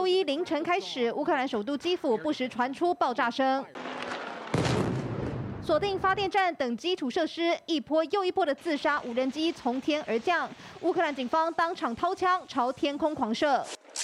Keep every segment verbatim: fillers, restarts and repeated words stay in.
一凌晨开始，乌克兰首都基辅不时传出爆炸声。 锁定发电站等基础设施，一波又一波的自杀无人机从天而降。乌克兰警方当场掏枪朝天空狂射，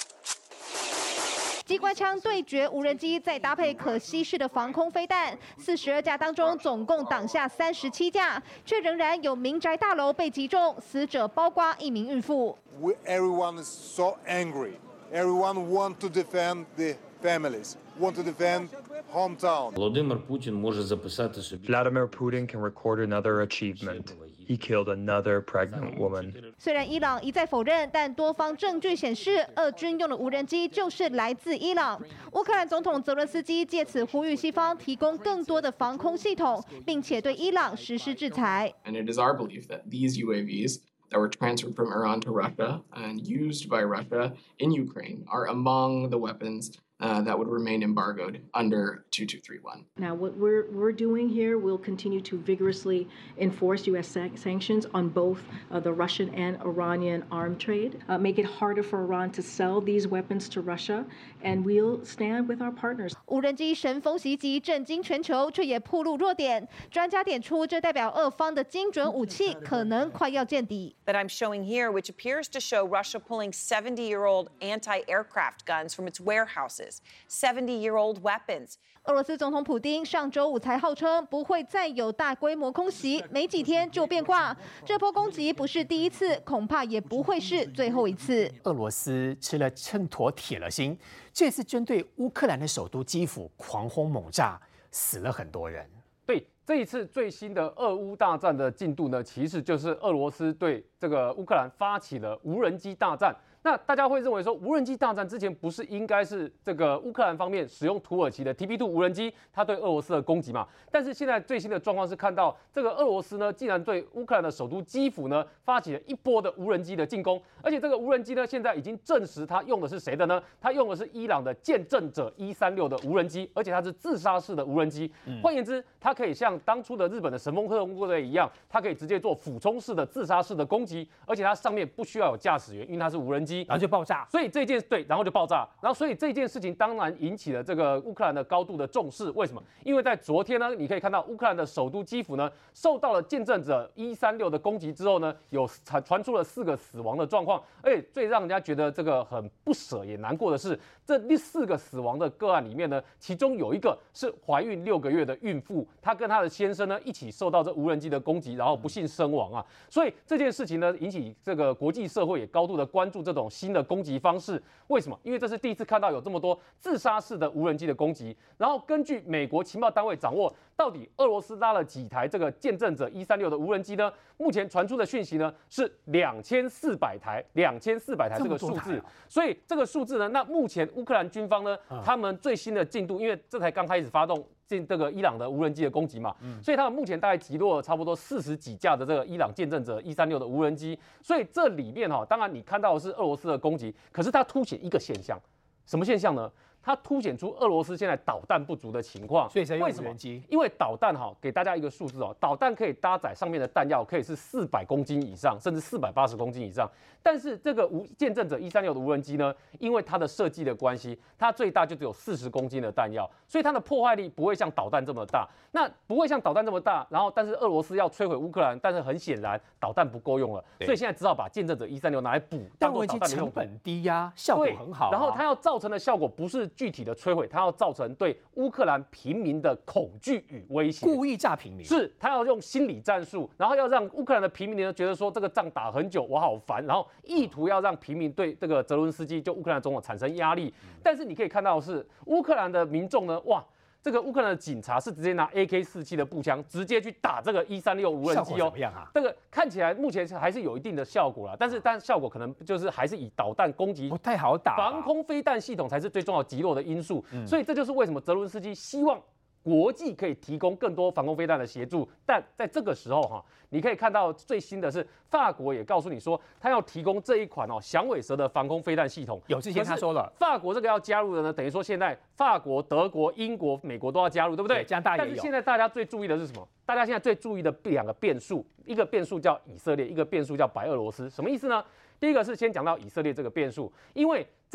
机关枪对决无人机，再搭配可吸式的防空飞弹，四十二架当中总共挡下三十七架，却仍然有民宅大楼被击中，死者包括一名孕妇。 We, everyone is so angry. Everyone want to defend the families, want to defend hometown. Володимир Путін може записати собі. Vladimir Putin can record another achievement. He killed another pregnant woman. 虽然伊朗一再否认，但多方证据显示，俄军用的无人机就是来自伊朗。乌克兰总统泽伦斯基借此呼吁西方提供更多的防空系统，并且对伊朗实施制裁。 And it is our belief that these U A Vs that were transferred from Iran to Russia and used by Russia in Ukraine are among the weapons uh, that would remain embargoed under two two three one. Now, what we're we're doing here, we'll continue to vigorously enforce U S san- sanctions on both uh, the Russian and Iranian arms trade, uh, make it harder for Iran to sell these weapons to Russia, and we'll stand with our partners. 无人机神风袭击震惊全球，却也暴露弱点。专家点出，这代表俄方的精准武器可能快要见底。 That I'm showing here, which appears to show Russia pulling seventy-year-old anti-aircraft guns from its warehouses, seventy-year-old weapons. 俄罗斯总统普丁上周五才号称不会再有大规模空袭，没几天就变卦。这波攻击不是第一次，恐怕也不会是最后一次。 俄罗斯吃了秤砣铁了心，这次针对乌克兰的首都基辅狂轰猛炸，死了很多人。 对，这一次最新的俄乌大战的进度呢，其实就是俄罗斯对这个乌克兰发起了无人机大战。那大家会认为说，无人机大战之前不是应该是这个乌克兰方面使用土耳其的 T B 二 无人机，它对俄罗斯的攻击嘛？但是现在最新的状况是看到这个俄罗斯呢，竟然对乌克兰的首都基辅呢发起了一波的无人机的进攻，而且这个无人机呢，现在已经证实它用的是谁的呢？它用的是伊朗的见证者一三六的无人机，而且它是自杀式的无人机。嗯、换言之，它可以像当初的日本的神风特攻部队一样，它可以直接做俯冲式的自杀式的攻击，而且它上面不需要有驾驶员，因为它是无人机。 然后就爆炸， 所以这件对，然后就爆炸，然后所以这件事情当然引起了这个乌克兰的高度的重视。为什么？因为在昨天呢，你可以看到乌克兰的首都基辅呢，受到了见证者一三六的攻击之后呢，有传传出了四个死亡的状况。而且最让人家觉得这个很不舍也难过的是，这四个死亡的个案里面呢，其中有一个是怀孕六个月的孕妇，她跟她的先生呢一起受到这无人机的攻击，然后不幸身亡啊。所以这件事情呢，引起这个国际社会也高度的关注这种新的攻击方式。为什么？因为这是第一次看到有这么多自杀式的无人机的攻击。然后根据美国情报单位掌握，到底俄罗斯拉了几台这个见证者一三六的无人机呢？目前传出的讯息呢是两千四百台，两千四百台这个数字。所以这个数字呢，那目前乌克兰军方呢，嗯、他们最新的进度，因为这才刚开始发动进这个伊朗的无人机的攻击嘛，嗯、所以他们目前大概击落了差不多四十几架的这个伊朗见证者一三六的无人机。所以这里面哈、哦，当然你看到的是俄罗斯的攻击，可是它凸显一个现象，什么现象呢？它凸显出俄罗斯现在导弹不足的情况， 所以才用无人机。 因为导弹哈，给大家一个数字哦，导弹可以搭载上面的弹药可以是四百公斤以上，甚至四百八十公斤以上。但是这个无见证者一三六的无人机呢，因为它的设计的关系，它最大就只有四十公斤的弹药，所以它的破坏力不会像导弹这么大。那不会像导弹这么大，然后但是俄罗斯要摧毁乌克兰，但是很显然导弹不够用了，所以现在只好把见证者一三六拿来补，当做导弹的用途。 成本低呀、啊，效果很好、啊。 然后它要造成的效果不是具体的摧毁。他要造成对乌克兰平民的恐惧与威胁， 故意炸平民， 是他要用心理战术，然后要让乌克兰的平民呢觉得说这个仗打很久，我好烦，然后意图要让平民对这个泽伦斯基就乌克兰总统产生压力。嗯、但是你可以看到的是乌克兰的民众呢，哇！这个乌克兰的警察是直接拿 A K 四七 的步枪直接去打这个一三六无人机哦， 怎么样啊？ 这个看起来目前还是有一定的效果啦，但是但效果可能就是还是以导弹攻击不太好打， 防空飞弹系统才是最重要击落的因素。嗯、所以这就是为什么泽伦斯基希望国际可以提供更多防空飞弹的协助，但在这个时候哈，你可以看到最新的是法国也告诉你说，他要提供这一款哦响尾蛇的防空飞弹系统。 有之前他说了， 法国这个要加入的呢，等于说现在法国、德国、英国、美国都要加入，对不对？ 加拿大也有。 但是现在大家最注意的是什么？大家现在最注意的两个变数，一个变数叫以色列，一个变数叫白俄罗斯。什么意思呢？第一个是先讲到以色列这个变数，因为这个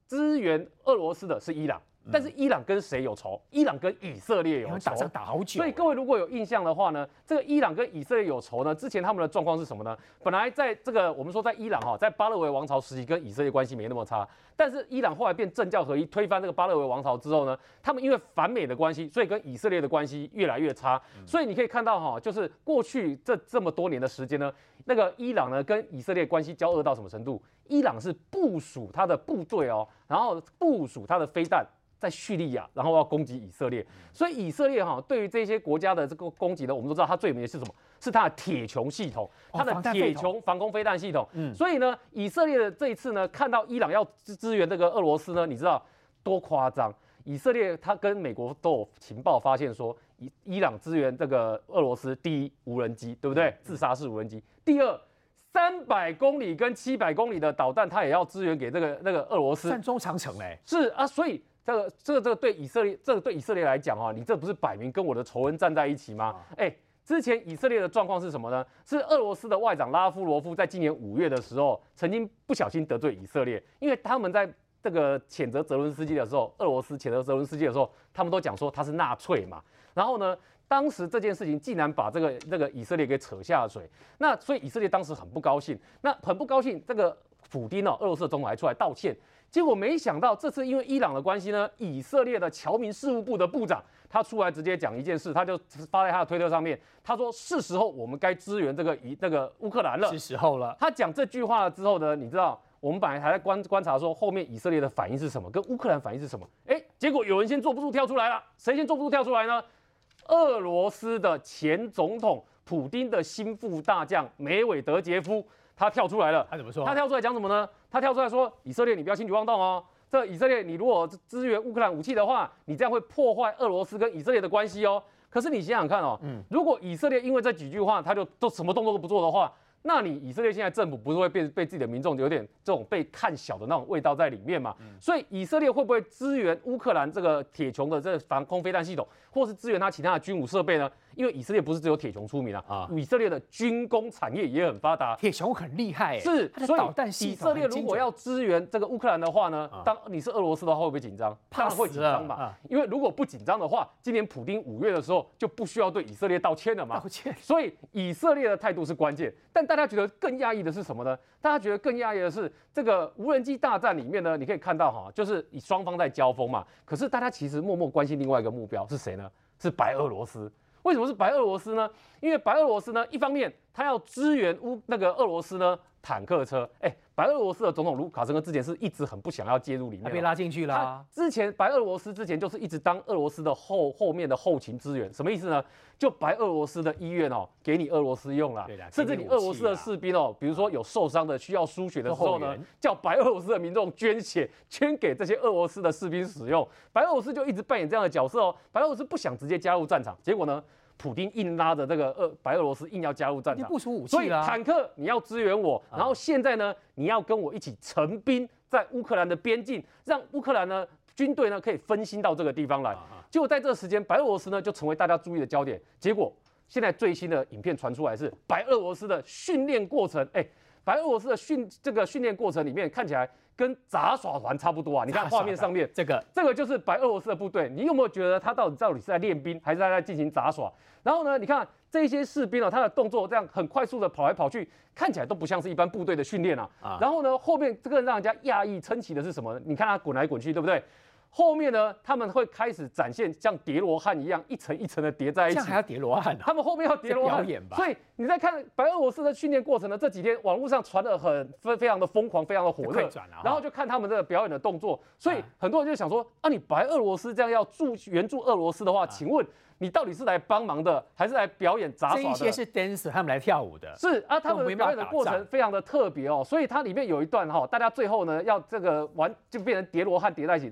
支援俄罗斯的是伊朗。但是伊朗跟谁有仇？伊朗跟以色列有仇， 打仗打好久。 所以各位如果有印象的话呢，这个伊朗跟以色列有仇呢，之前他们的状况是什么呢？本来在这个我们说在伊朗哈，在巴勒维王朝时期跟以色列关系没那么差，但是伊朗后来变政教合一，推翻这个巴勒维王朝之后呢，他们因为反美的关系，所以跟以色列的关系越来越差。所以你可以看到哈，就是过去这这么多年的时间呢，那个伊朗呢跟以色列关系交恶到什么程度？伊朗是部署他的部队哦，然后部署他的飞弹。在叙利亚，然后要攻击以色列，所以以色列哈对于这些国家的这个攻击呢，我们都知道它最有名的是什么？是它的铁穹系统，它的铁穹防空飞弹系统。嗯，所以呢，以色列的这一次呢，看到伊朗要支援这个俄罗斯呢，你知道多夸张？以色列它跟美国都有情报发现说，伊伊朗支援这个俄罗斯，第一无人机，对不对？自杀式无人机。第二，三百公里跟七百公里的导弹，它也要支援给这个那个俄罗斯。 战中长城嘞。 是啊，所以。这个这个这个对以色列，这个对以色列来讲啊，你这不是摆明跟我的仇人站在一起吗？哎，之前以色列的状况是什么呢？是俄罗斯的外长拉夫罗夫在今年五月的时候，曾经不小心得罪以色列，因为他们在这个谴责泽伦斯基的时候，俄罗斯谴责泽伦斯基的时候，他们都讲说他是纳粹嘛。然后呢，当时这件事情竟然把这个这个以色列给扯下水，那所以以色列当时很不高兴，那很不高兴，这个普丁哦，俄罗斯的总统还出来道歉。结果没想到，这次因为伊朗的关系呢，以色列的侨民事务部的部长他出来直接讲一件事，他就发在他的推特上面，他说是时候我们该支援这个以那个乌克兰了， 是时候了。 他讲这句话之后呢，你知道我们本来还在观观察说后面以色列的反应是什么，跟乌克兰反应是什么？哎，结果有人先坐不住跳出来了，谁先坐不住跳出来呢？俄罗斯的前总统普丁的心腹大将梅韦德杰夫。他跳出来了， 他怎么说？ 他跳出来讲什么呢？他跳出来说：“以色列，你不要轻举妄动哦。这以色列，你如果支援乌克兰武器的话，你这样会破坏俄罗斯跟以色列的关系哦。可是你想想看哦，嗯，如果以色列因为这几句话，他就都什么动作都不做的话，那你以色列现在政府不是会被被自己的民众有点这种被看小的那种味道在里面嘛？嗯、所以以色列会不会支援乌克兰这个铁穹的这个防空飞弹系统，或是支援它其他的军武设备呢？因为以色列不是只有铁穹出名啊，啊以色列的军工产业也很发达， 铁穹很厉害， 是， 它的导弹系统以色列如果要支援这个乌克兰的话呢，啊、当你是俄罗斯的话会不会紧张？当然会紧张嘛，啊、因为如果不紧张的话，今年普丁五月的时候就不需要对以色列道歉了嘛， 道歉。 所以以色列的态度是关键，但大家觉得更讶异的是什么呢？大家觉得更讶异的是这个无人机大战里面呢，你可以看到哈，就是以双方在交锋嘛，可是大家其实默默关心另外一个目标是谁呢？是白俄罗斯。为什么是白俄罗斯呢？因为白俄罗斯呢，一方面他要支援乌那个俄罗斯呢坦克车，哎，白俄罗斯的总统卢卡申科之前是一直很不想要介入里面， 他被拉进去了、啊。 之前白俄罗斯之前就是一直当俄罗斯的后后面的后勤支援，什么意思呢？就白俄罗斯的医院哦，给你俄罗斯用啦，甚至你俄罗斯的士兵哦，比如说有受伤的需要输血的时候呢，叫白俄罗斯的民众捐血，捐给这些俄罗斯的士兵使用。白俄罗斯就一直扮演这样的角色哦。白俄罗斯不想直接加入战场，结果呢？普丁硬拉着这个俄白俄罗斯硬要加入战场， 部署武器， 所以坦克你要支援我，然后现在呢你要跟我一起成兵在乌克兰的边境，让乌克兰呢军队呢可以分心到这个地方来。结果在这个时间，白俄罗斯呢就成为大家注意的焦点。结果现在最新的影片传出来是白俄罗斯的训练过程，哎，白俄罗斯的训这个训练过程里面看起来跟杂耍团差不多啊！你看画面上面这个这个就是白俄罗斯的部队，你有没有觉得他到底到底是在练兵，还是在进行杂耍？然后呢，你看这些士兵啊，他的动作这样很快速的跑来跑去，看起来都不像是一般部队的训练啊。啊然后呢，后面这个让人家讶异称奇的是什么？你看他滚来滚去，对不对？后面呢，他们会开始展现像叠罗汉一样一层一层的叠在一起。 这样还要叠罗汉、啊？ 他们后面要叠罗汉表演吧？ 所以你在看白俄罗斯的训练过程呢，这几天网络上传得很非非常的疯狂，非常的火热。然后就看他们这个表演的动作，所以很多人就想说：啊，你白俄罗斯这样要助援助俄罗斯的话，请问你到底是来帮忙的，还是来表演杂耍的？ 这一些是 dancer， 他们来跳舞的。 是啊，他们表演的过程非常的特别哦，所以它里面有一段哈，大家最后呢要这个玩就变成叠罗汉叠在一起，然后这一段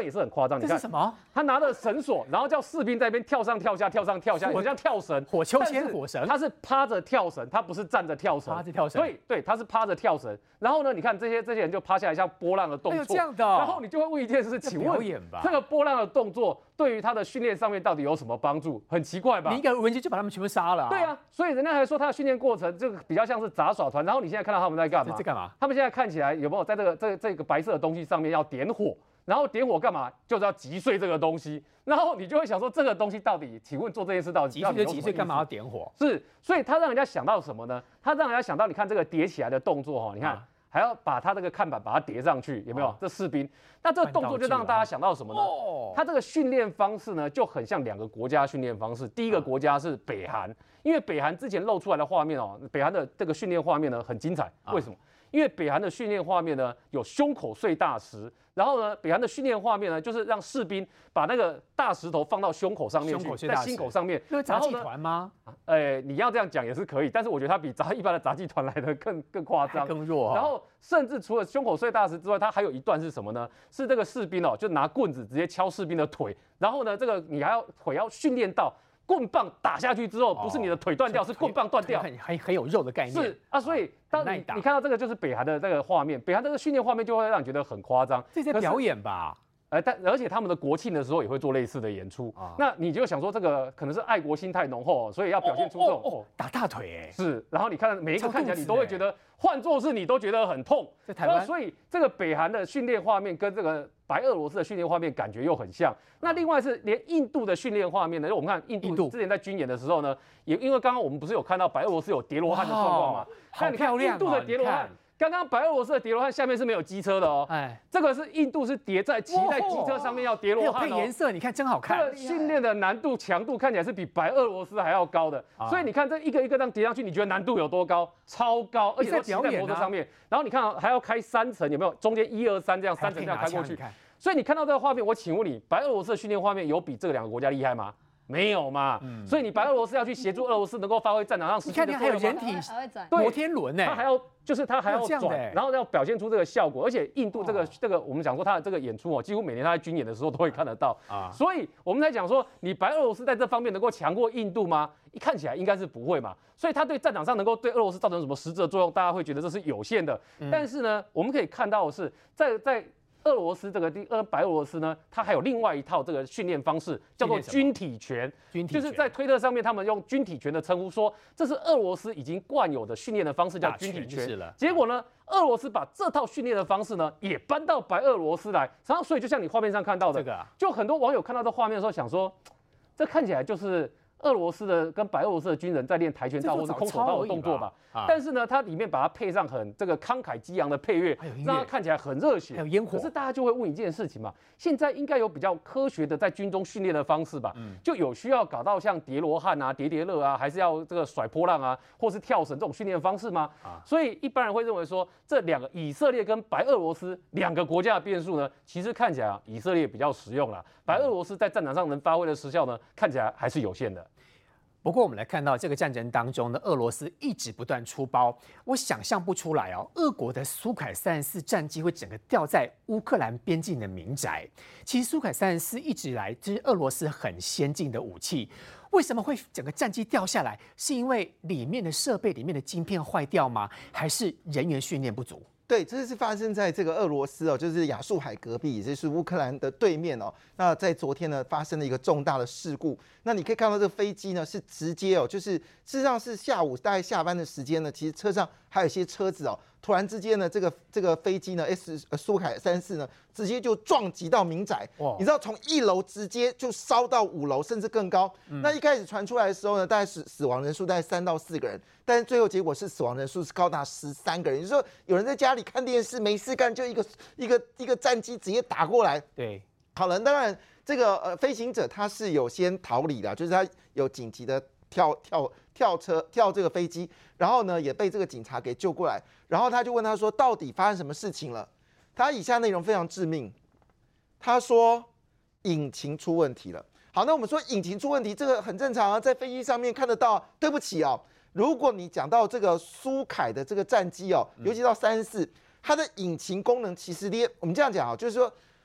段也是很夸张。你看这是什么？ 他拿着绳索，然后叫士兵在那边跳上跳下，跳上跳下，很像跳绳， 火秋千火绳。 他是趴着跳绳，他不是站着跳绳。 趴着跳绳。 对对，他是趴着跳绳。然后呢，你看这些这些人就趴下来像波浪的动作。 哎、这样的、哦。 然后你就会问一件事，请问吧这个波浪的动作对于他的训练上面到底有什么帮助？很奇怪吧？ 你一个无人机就把他们全部杀了、啊。 对啊，所以人家还说他的训练过程这个比较像是杂耍团。然后你现在看到他们在干嘛？ 在干嘛？ 他们现在看起来有没有在这个这这个白色的东西上面要点火？然后点火干嘛？就是要击碎这个东西。然后你就会想说，这个东西到底，请问做这件事到底击碎就击碎，干嘛要点火？ 是，所以他让人家想到什么呢？他让人家想到，你看这个叠起来的动作哈，你看。啊还要把他这个看板把它叠上去，有没有？哦、这士兵，那这个动作就让大家想到什么呢？哦、他这个训练方式呢，就很像两个国家训练方式。第一个国家是北韩，因为北韩之前露出来的画面哦，北韩的这个训练画面呢很精彩。为什么？因为北韩的训练画面呢有胸口碎大石，然后呢，北韩的训练画面呢就是让士兵把那个大石头放到胸口上面去，在心口上面。 那是杂技团吗？ 呃，你要这样讲也是可以，但是我觉得它比杂一般的杂技团来的更更夸张、 更弱、哦。 然后甚至除了胸口碎大石之外，它还有一段是什么呢？是这个士兵哦，就拿棍子直接敲士兵的腿，然后呢，这个你还要腿要训练到。棍棒打下去之后，不是你的腿断掉，哦、是棍棒断掉， 很很很有肉的概念。 是啊，所以当你你看到这个就是北韩的这个画面，北韩这个训练画面就会让你觉得很夸张。 这在表演吧？ 呃，但而且他们的国庆的时候也会做类似的演出。啊、那你就想说，这个可能是爱国心态浓厚，所以要表现出这种、 哦哦哦、打大腿哎。 是，然后你看每一个看起来你都会觉得，换作是你都觉得很痛。 在台湾， 所以这个北韩的训练画面跟这个白俄罗斯的训练画面感觉又很像。那另外是连印度的训练画面呢，因为我们看印度之前在军演的时候呢，也因为刚刚我们不是有看到白俄罗斯有叠罗汉的状况嘛？ 好漂亮、哦、 印度的叠罗汉。刚刚白俄罗斯的叠罗汉下面是没有机车的哦，哎，这个是印度是叠在骑在机车上面要叠罗汉哦， 配颜色，你看真好看。 这个训练的难度强度看起来是比白俄罗斯还要高的，啊、所以你看这一个一个这样叠上去，你觉得难度有多高？超高，而且都骑在摩托上面。然后你看还要开三层，有没有？中间一二三这样三层这样开过去。所以你看到这个画面，我请问你，白俄罗斯的训练画面有比这两个国家厉害吗？没有嘛，嗯、所以你白俄罗斯要去协助俄罗斯能够发挥战场上实际的作用。 你看，你还有人体摩天轮呢， 他还要就是他还要转，然后要表现出这个效果。而且印度这个这个，我们讲说他的这个演出哦，几乎每年他在军演的时候都会看得到啊。所以我们在讲说，你白俄罗斯在这方面能够强过印度吗？一看起来应该是不会嘛。所以他对战场上能够对俄罗斯造成什么实质的作用，大家会觉得这是有限的。嗯、但是呢，我们可以看到的是在在。俄罗斯这个地，呃，白俄罗斯呢，它还有另外一套这个训练方式，叫做军体拳。军体拳就是在推特上面，他们用军体拳的称呼说，这是俄罗斯已经惯有的训练的方式，叫军体拳。结果呢，俄罗斯把这套训练的方式呢，也搬到白俄罗斯来。然后，所以就像你画面上看到的，这个、啊，就很多网友看到这画面的时候，想说，这看起来就是俄罗斯的跟白俄罗斯的军人在练跆拳道或是空手道的动作吧。啊、但是呢，它里面把它配上很这个慷慨激昂的配乐，让它看起来很热血， 还有烟火。 可是大家就会问一件事情嘛，现在应该有比较科学的在军中训练的方式吧？嗯、就有需要搞到像叠罗汉啊、叠叠乐啊，还是要这个甩波浪啊，或是跳绳这种训练方式吗？啊、所以一般人会认为说，这两个以色列跟白俄罗斯两个国家的变数呢，其实看起来啊，以色列比较实用啦，白俄罗斯在战场上能发挥的时效呢，看起来还是有限的。 不过，我们来看到这个战争当中呢，俄罗斯一直不断出包，我想象不出来哦，俄国的苏凯三十四战机会整个掉在乌克兰边境的民宅。其实苏凯三十四一直以来这是俄罗斯很先进的武器，为什么会整个战机掉下来？是因为里面的设备、里面的晶片坏掉吗？还是人员训练不足？ 对，这是发生在这个俄罗斯哦，就是亚速海隔壁，也就是乌克兰的对面哦。那在昨天呢，发生了一个重大的事故。那你可以看到这个飞机呢，是直接哦，就是事实上是下午大概下班的时间呢，其实车上还有一些车子哦，突然之间呢，这个这个飞机呢 ，S 苏凯三十四呢，直接就撞击到民宅。你知道从一楼直接就烧到五楼，甚至更高。嗯、那一开始传出来的时候呢，大概死死亡人数大概三到四个人，但是最后结果是死亡人数是高达十三个人。也就是说，有人在家里看电视没事干，就一个一个一个战机直接打过来。 对， 好了，当然这个呃飞行者他是有先逃离的，就是他有紧急的跳跳跳车跳这个飞机，然后呢也被这个警察给救过来，然后他就问他说到底发生什么事情了？他以下内容非常致命，他说引擎出问题了。好，那我们说引擎出问题，这个很正常啊，在飞机上面看得到。对不起哦，如果你讲到这个苏凯的这个战机哦，尤其到三十四，它的引擎功能其实连我们这样讲啊，就是说。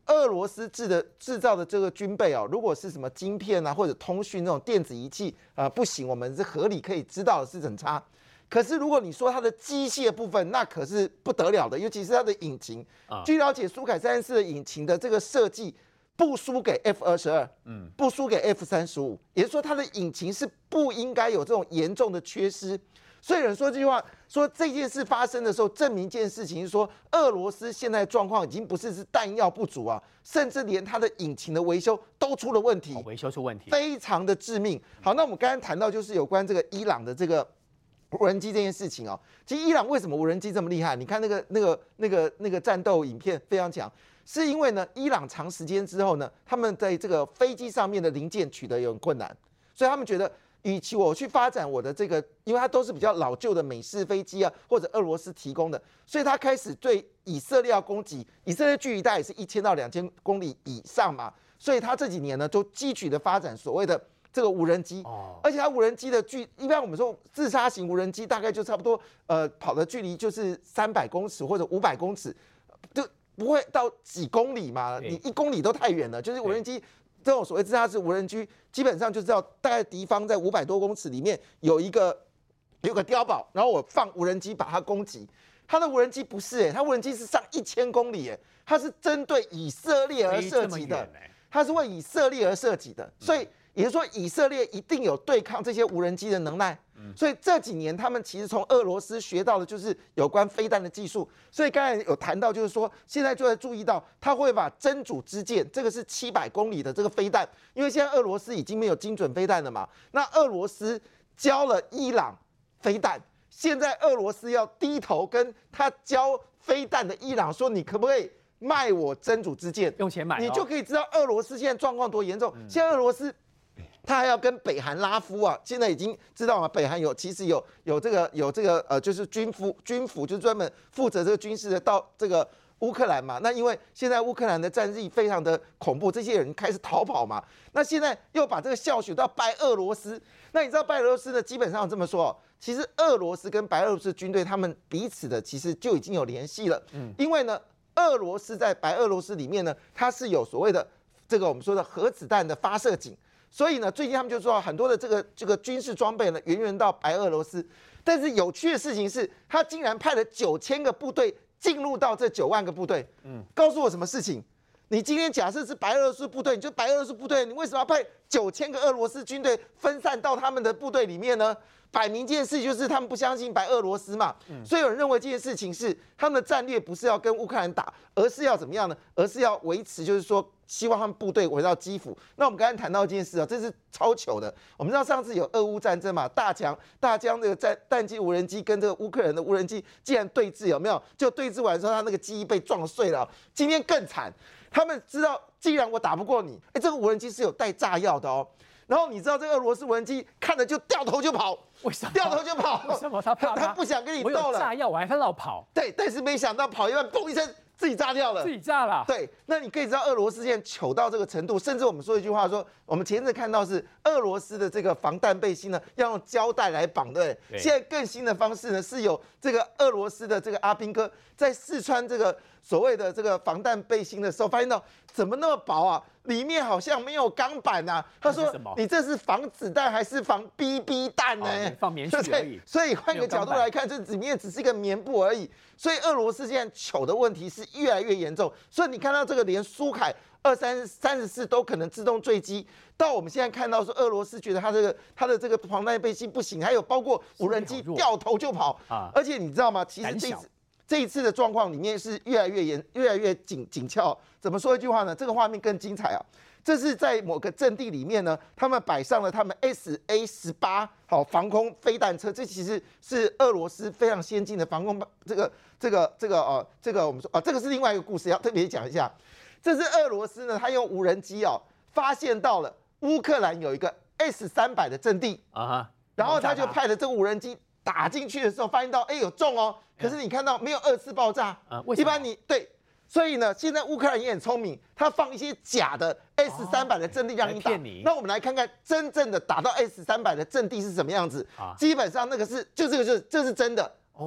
俄罗斯制的制造的这个军备哦，如果是什么晶片啊或者通讯那种电子仪器啊、呃、不行，我们是合理可以知道的是很差。可是如果你说它的机械部分，那可是不得了的，尤其是它的引擎。啊、据了解，苏凯三十四的引擎的这个设计不输给 F 二十二，嗯，不输给 F 三十五，也就是说它的引擎是不应该有这种严重的缺失。所以有人说这句话，说这件事发生的时候，证明一件事情是说，俄罗斯现在状况已经不是是弹药不足啊，甚至连它的引擎的维修都出了问题， 哦、维修出问题， 非常的致命。好，那我们刚刚谈到就是有关这个伊朗的这个无人机这件事情哦，其实伊朗为什么无人机这么厉害？你看那个那个那个那个战斗影片非常强，是因为呢，伊朗长时间之后呢，他们在这个飞机上面的零件取得有点困难，所以他们觉得，与其我去发展我的这个，因为它都是比较老旧的美式飞机啊，或者俄罗斯提供的，所以他开始对以色列要攻击。以色列距离大概也是一千到两千公里以上嘛，所以他这几年呢，就积极的发展所谓的这个无人机，哦、而且它无人机的距，一般我们说自杀型无人机大概就差不多，呃，跑的距离就是三百公尺或者五百公尺，就不会到几公里嘛，你一公里都太远了，就是无人机。这种所谓自杀式无人机，基本上就知道大概敌方在五百多公尺里面有一个有个碉堡，然后我放无人机把它攻击。它的无人机不是哎、欸，它无人机是上一千公里哎、欸，它是针对以色列而设计的，它是为以色列而设计的，所以也就是说以色列一定有对抗这些无人机的能耐。所以这几年他们其实从俄罗斯学到的就是有关飞弹的技术。所以刚才有谈到，就是说现在就在注意到，他会把真主之剑，这个是七百公里的这个飞弹，因为现在俄罗斯已经没有精准飞弹了嘛。那俄罗斯交了伊朗飞弹，现在俄罗斯要低头跟他交飞弹的伊朗说，你可不可以卖我真主之剑？ 用钱买、哦， 你就可以知道俄罗斯现在状况多严重。嗯、现在俄罗斯。他还要跟北韩拉夫啊，现在已经知道吗？北韩有其实有有这个有这个呃，就是军府军府就专门负责这个军事的到这个乌克兰嘛。那因为现在乌克兰的战役非常的恐怖，这些人开始逃跑嘛。那现在又把这个校学到白俄罗斯。那你知道白俄罗斯呢？基本上这么说，其实俄罗斯跟白俄罗斯军队他们彼此的其实就已经有联系了。嗯，因为呢，俄罗斯在白俄罗斯里面呢，它是有所谓的这个我们说的核子弹的发射井。所以呢，最近他们就说很多的这个这个军事装备呢，源源到白俄罗斯。但是有趣的事情是，他竟然派了九千个部队进入到这九万个部队。嗯，告诉我什么事情？你今天假设是白俄罗斯部队，你就白俄罗斯部队，你为什么要派九千个俄罗斯军队分散到他们的部队里面呢？摆明这件事就是他们不相信白俄罗斯嘛。嗯、所以有人认为这件事情是他们的战略不是要跟乌克兰打，而是要怎么样呢？而是要维持，就是说。希望他们部队回到基辅。那我们刚才谈到一件事啊，这是超糗的。我们知道上次有俄乌战争嘛，大疆大疆这个战弹机无人机跟这个乌克兰的无人机竟然对峙，有没有？就对峙完之后，他那个机翼被撞碎了。今天更惨，他们知道既然我打不过你，哎，这个无人机是有带炸药的哦。然后你知道这个俄罗斯无人机看着就掉头就跑， 为什么？ 掉头就跑？ 为什么他怕他？ 他不想跟你斗了。 我有炸药，我还看到跑。 对，但是没想到跑一半，嘣一声。自己炸掉了， 自己炸了。 对，那你可以知道俄罗斯现在糗到这个程度，甚至我们说一句话说，我们前阵看到是俄罗斯的这个防弹背心呢，要用胶带来绑，对不对？现在更新的方式呢，是有这个俄罗斯的这个阿兵哥在试穿这个所谓的这个防弹背心的时候，发现到怎么那么薄啊？里面好像没有钢板啊。他说：“你这是防子弹还是防 B B 弹呢？ 哦、放棉絮而已。” 所以换个角度来看，这里面只是一个棉布而已。所以俄罗斯现在糗的问题是越来越严重。所以你看到这个连苏凯二三三十四都可能自动坠机，到我们现在看到说俄罗斯觉得它这个它的这个防弹背心不行，还有包括无人机掉头就跑啊！而且你知道吗？其实这次这一次的状况里面是越来越严，越来越紧紧俏。怎么说一句话呢？这个画面更精彩啊！这是在某个阵地里面呢，他们摆上了他们 S A 十八好防空飞弹车，这其实是俄罗斯非常先进的防空这个这个这个哦，这个我们说啊，这个是另外一个故事，要特别讲一下。这是俄罗斯呢，他用无人机哦，发现到了乌克兰有一个 S 三百的阵地啊，然后他就派了这个无人机打进去的时候，发现到哎有中哦，可是你看到没有二次爆炸啊？一般你对。所以呢，现在乌克兰也很聪明，他放一些假的 S 三百的阵地让你打。你那我们来看看真正的打到 S 三百的阵地是什么样子。啊、基本上那个是就这个就是这是真的哦。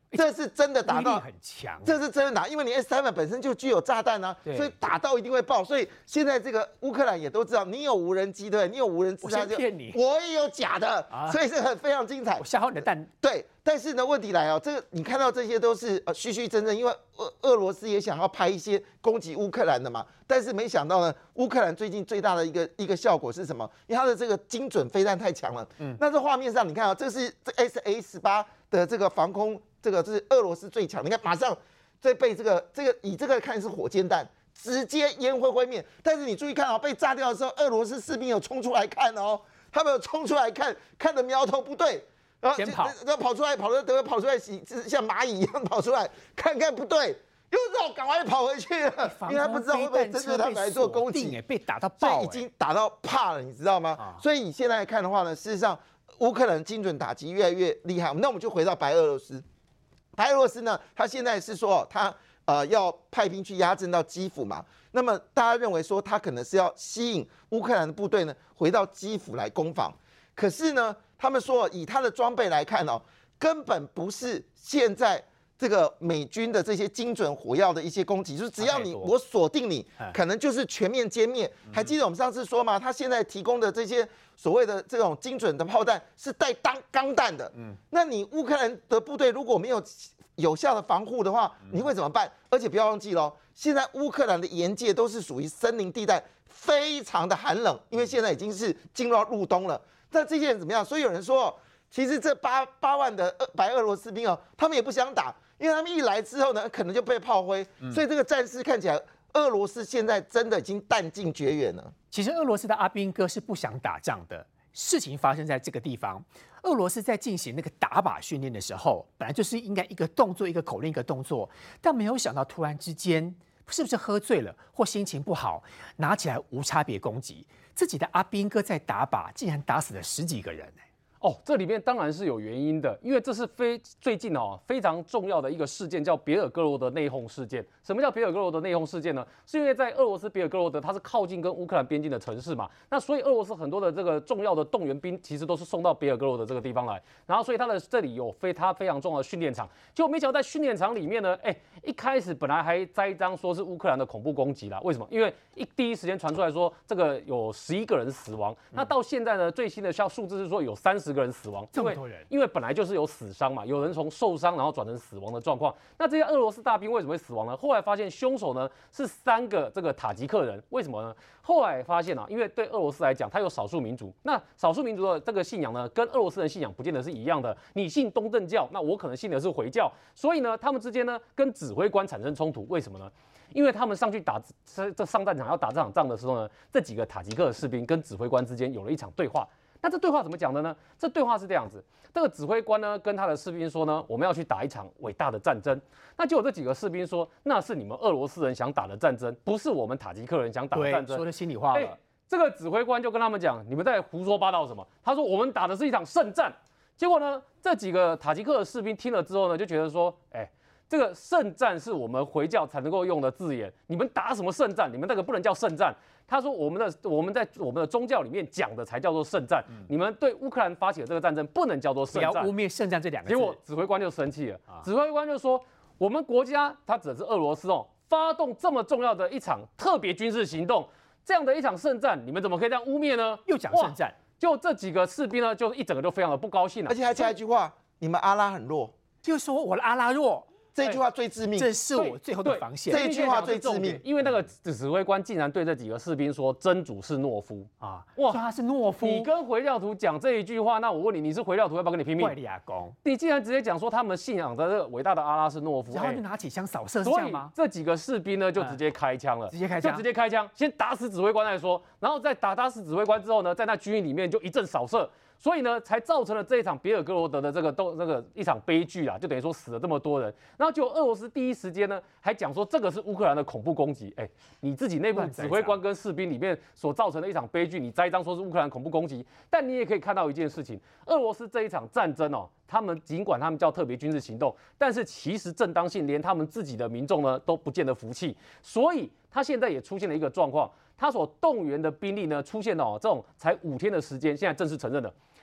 这是真的打到， 威力很强， 这是真的打，因为你 S 三百本身就具有炸弹啊，所以打到一定会爆。所以现在这个乌克兰也都知道，你有无人机对，你有无人自杀， 我骗你， 我也有假的， 啊、 所以是很非常精彩。 我消耗你的弹， 对。但是呢，问题来哦，这个你看到这些都是呃虚虚真真，因为俄俄罗斯也想要拍一些攻击乌克兰的嘛，但是没想到呢，乌克兰最近最大的一个一个效果是什么？因为它的这个精准飞弹太强了。嗯，那这画面上你看啊、哦，这是这 S A 十八的这个防空，这个是俄罗斯最强。你看马上在被这个这个以这个看是火箭弹，直接烟灰灰灭。但是你注意看啊、哦，被炸掉的时候，俄罗斯士兵有冲出来看哦，他们有冲出来看，看的苗头不对。然后先跑， 然后跑出来，跑到等跑出来，像蚂蚁一样跑出来，看看不对，又绕，赶快跑回去了，因为他不知道会不会针对他们来做攻击， 被打到爆， 所以已经打到怕了，你知道吗？啊、所以现在来看的话呢，事实上乌克兰精准打击越来越厉害。那我们就回到白俄罗斯，白俄罗斯呢，他现在是说他呃要派兵去压阵到基辅嘛，那么大家认为说他可能是要吸引乌克兰的部队呢回到基辅来攻防，可是呢？他们说，以他的装备来看哦，根本不是现在这个美军的这些精准火药的一些攻击，就是只要你我锁定你，可能就是全面歼灭。还记得我们上次说吗？他现在提供的这些所谓的这种精准的炮弹是带当钢弹的，嗯，那你乌克兰的部队如果没有有效的防护的话，你会怎么办？而且不要忘记喽，现在乌克兰的沿界都是属于森林地带，非常的寒冷，因为现在已经是进入到入冬了。那这些人怎么样？所以有人说，其实这八八万的白俄罗斯兵哦，他们也不想打，因为他们一来之后呢，可能就被炮灰。嗯、所以这个战事看起来，俄罗斯现在真的已经弹尽绝缘了。 其实俄罗斯的阿兵哥是不想打仗的。事情发生在这个地方，俄罗斯在进行那个打靶训练的时候，本来就是应该一个动作一个口令一个动作，但没有想到突然之间。是不是喝醉了或心情不好，拿起来无差别攻击自己的阿兵哥在打靶，竟然打死了十几个人、欸、 哦，这里面当然是有原因的，因为这是非最近哦非常重要的一个事件，叫别尔哥罗德内讧事件。什么叫别尔哥罗德内讧事件呢？是因为在俄罗斯别尔哥罗德它是靠近跟乌克兰边境的城市嘛，那所以俄罗斯很多的这个重要的动员兵其实都是送到别尔哥罗德这个地方来，然后所以它的这里有非它非常重要的训练场，结果没想到在训练场里面呢，哎，一开始本来还栽赃说是乌克兰的恐怖攻击啦，为什么？因为一第一时间传出来说这个有十一个人死亡，那到现在呢最新的数字是说有三十个人死亡， 这么多人， 因为本来就是有死伤嘛，有人从受伤然后转成死亡的状况。那这些俄罗斯大兵为什么会死亡呢？后来发现凶手呢是三个这个塔吉克人，为什么呢？后来发现啊，因为对俄罗斯来讲，它有少数民族，那少数民族的这个信仰呢，跟俄罗斯人信仰不见得是一样的。你信东正教，那我可能信的是回教，所以呢，他们之间呢跟指挥官产生冲突，为什么呢？因为他们上去打这这上战场要打这场仗的时候呢，这几个塔吉克的士兵跟指挥官之间有了一场对话。那这对话怎么讲的呢？这对话是这样子，这个指挥官呢跟他的士兵说呢，我们要去打一场伟大的战争。那结果这几个士兵说，那是你们俄罗斯人想打的战争，不是我们塔吉克人想打的战争。 说的心里话了、欸。 这个指挥官就跟他们讲，你们在胡说八道什么？他说我们打的是一场圣战。结果呢，这几个塔吉克的士兵听了之后呢，就觉得说，哎、欸。这个圣战是我们回教才能够用的字眼，你们打什么圣战？你们那个不能叫圣战。他说我们的我们在我们的宗教里面讲的才叫做圣战，嗯、你们对乌克兰发起的这个战争不能叫做圣战， 不要污蔑圣战这两个字。 结果指挥官就生气了，啊、指挥官就说我们国家他指的是俄罗斯哦，发动这么重要的一场特别军事行动，这样的一场圣战，你们怎么可以这样污蔑呢？ 又讲圣战， 就这几个士兵呢，就一整个就非常的不高兴了， 而且还加一句话：你们阿拉很弱， 就说我的阿拉弱。 这句话最致命， 这是我最后的防线。 这一句话最致命， 因为那个指挥官竟然对这几个士兵说：“真主是懦夫啊！”哇，说他是懦夫。 你跟回教徒讲这一句话，那我问你，你是回教徒要不要跟你拼命？ 怪力阿公， 你竟然直接讲说他们信仰的这个伟大的阿拉是懦夫， 然后就拿起枪扫射，是这样吗？ 这几个士兵呢就直接开枪了， 直接开枪， 就直接开枪，先打死指挥官再说，然后再打打死指挥官之后呢，在那军营里面就一阵扫射。所以呢，才造成了这一场别尔哥罗德的这个都那个一场悲剧啊，就等于说死了这么多人。然后就俄罗斯第一时间呢，还讲说这个是乌克兰的恐怖攻击。哎，你自己内部指挥官跟士兵里面所造成的一场悲剧，你栽赃说是乌克兰恐怖攻击。但你也可以看到一件事情，俄罗斯这一场战争哦，他们尽管他们叫特别军事行动，但是其实正当性连他们自己的民众呢都不见得服气。所以他现在也出现了一个状况，他所动员的兵力呢出现了哦这种才五天的时间，现在正式承认了。